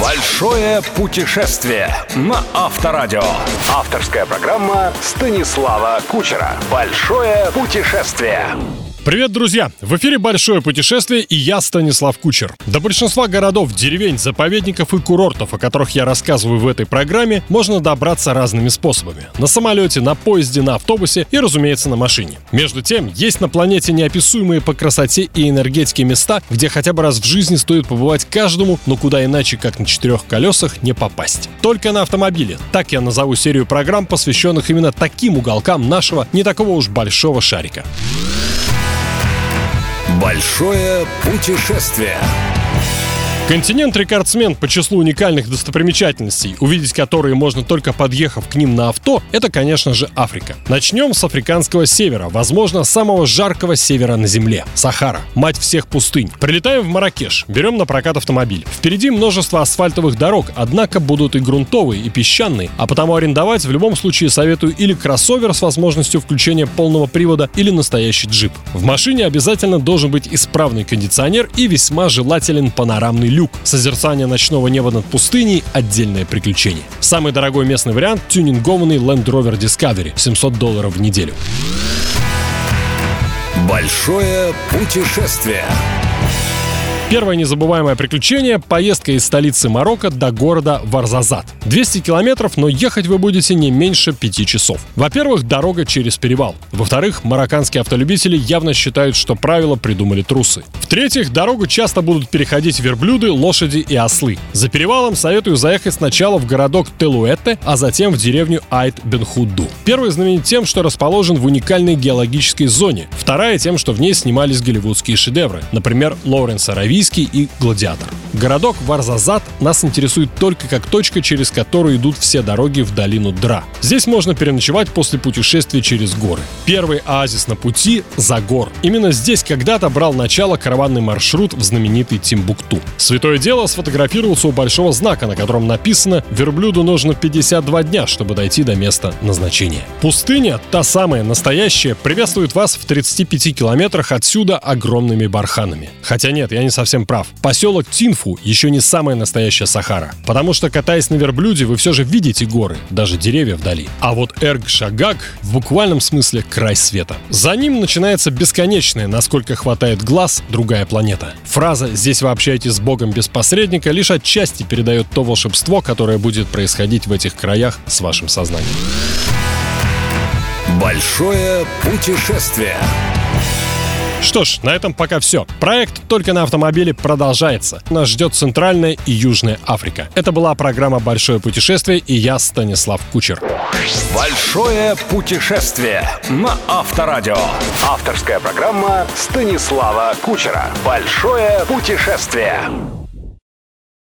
Большое путешествие на Авторадио. Авторская программа Станислава Кучера. Большое путешествие. Привет, друзья! В эфире «Большое путешествие» и я, Станислав Кучер. До большинства городов, деревень, заповедников и курортов, о которых я рассказываю в этой программе, можно добраться разными способами. На самолете, на поезде, на автобусе и, разумеется, на машине. Между тем, есть на планете неописуемые по красоте и энергетике места, где хотя бы раз в жизни стоит побывать каждому, но куда иначе, как на 4 колесах, не попасть. Только на автомобиле. Так я назову серию программ, посвященных именно таким уголкам нашего, не такого уж большого шарика. Большое путешествие. Континент-рекордсмен по числу уникальных достопримечательностей, увидеть которые можно только подъехав к ним на авто, это, конечно же, Африка. Начнем с африканского севера, возможно, самого жаркого севера на Земле – Сахара, мать всех пустынь. Прилетаем в Марракеш, берем на прокат автомобиль. Впереди множество асфальтовых дорог, однако будут и грунтовые, и песчаные, а потому арендовать в любом случае советую или кроссовер с возможностью включения полного привода, или настоящий джип. В машине обязательно должен быть исправный кондиционер и весьма желателен панорамный люк. Созерцание ночного неба над пустыней – отдельное приключение. Самый дорогой местный вариант – тюнингованный Land Rover Discovery – $700 в неделю. Большое путешествие. Первое незабываемое приключение – поездка из столицы Марокко до города Варзазат. 200 километров, но ехать вы будете не меньше 5 часов. Во-первых, дорога через перевал. Во-вторых, марокканские автолюбители явно считают, что правила придумали трусы. В-третьих, дорогу часто будут переходить верблюды, лошади и ослы. За перевалом советую заехать сначала в городок Телуэте, а затем в деревню Айт-Бен-Худду. Первый знаменит тем, что расположен в уникальной геологической зоне. Вторая тем, что в ней снимались голливудские шедевры, например, Лоуренс Аравийский и «Гладиатор». Городок Варзазат нас интересует только как точка, через которую идут все дороги в долину Дра. Здесь можно переночевать после путешествия через горы. Первый оазис на пути – Загор. Именно здесь когда-то брал начало караванный маршрут в знаменитый Тимбукту. Святое дело сфотографировался у большого знака, на котором написано «Верблюду нужно 52 дня, чтобы дойти до места назначения». Пустыня, та самая настоящая, приветствует вас в 35 километрах отсюда огромными барханами. Хотя нет, я не совсем прав. Поселок Тинфу еще не самая настоящая Сахара. Потому что, катаясь на верблюде, вы все же видите горы, даже деревья вдали. А вот Эрг-Шагак в буквальном смысле край света. За ним начинается бесконечная, насколько хватает глаз, другая планета. Фраза «здесь вы общаетесь с Богом без посредника» лишь отчасти передает то волшебство, которое будет происходить в этих краях с вашим сознанием. Большое путешествие. Что ж, на этом пока все. Проект «Только на автомобиле» продолжается. Нас ждет Центральная и Южная Африка. Это была программа «Большое путешествие» и я, Станислав Кучер. Большое путешествие на Авторадио. Авторская программа Станислава Кучера. Большое путешествие.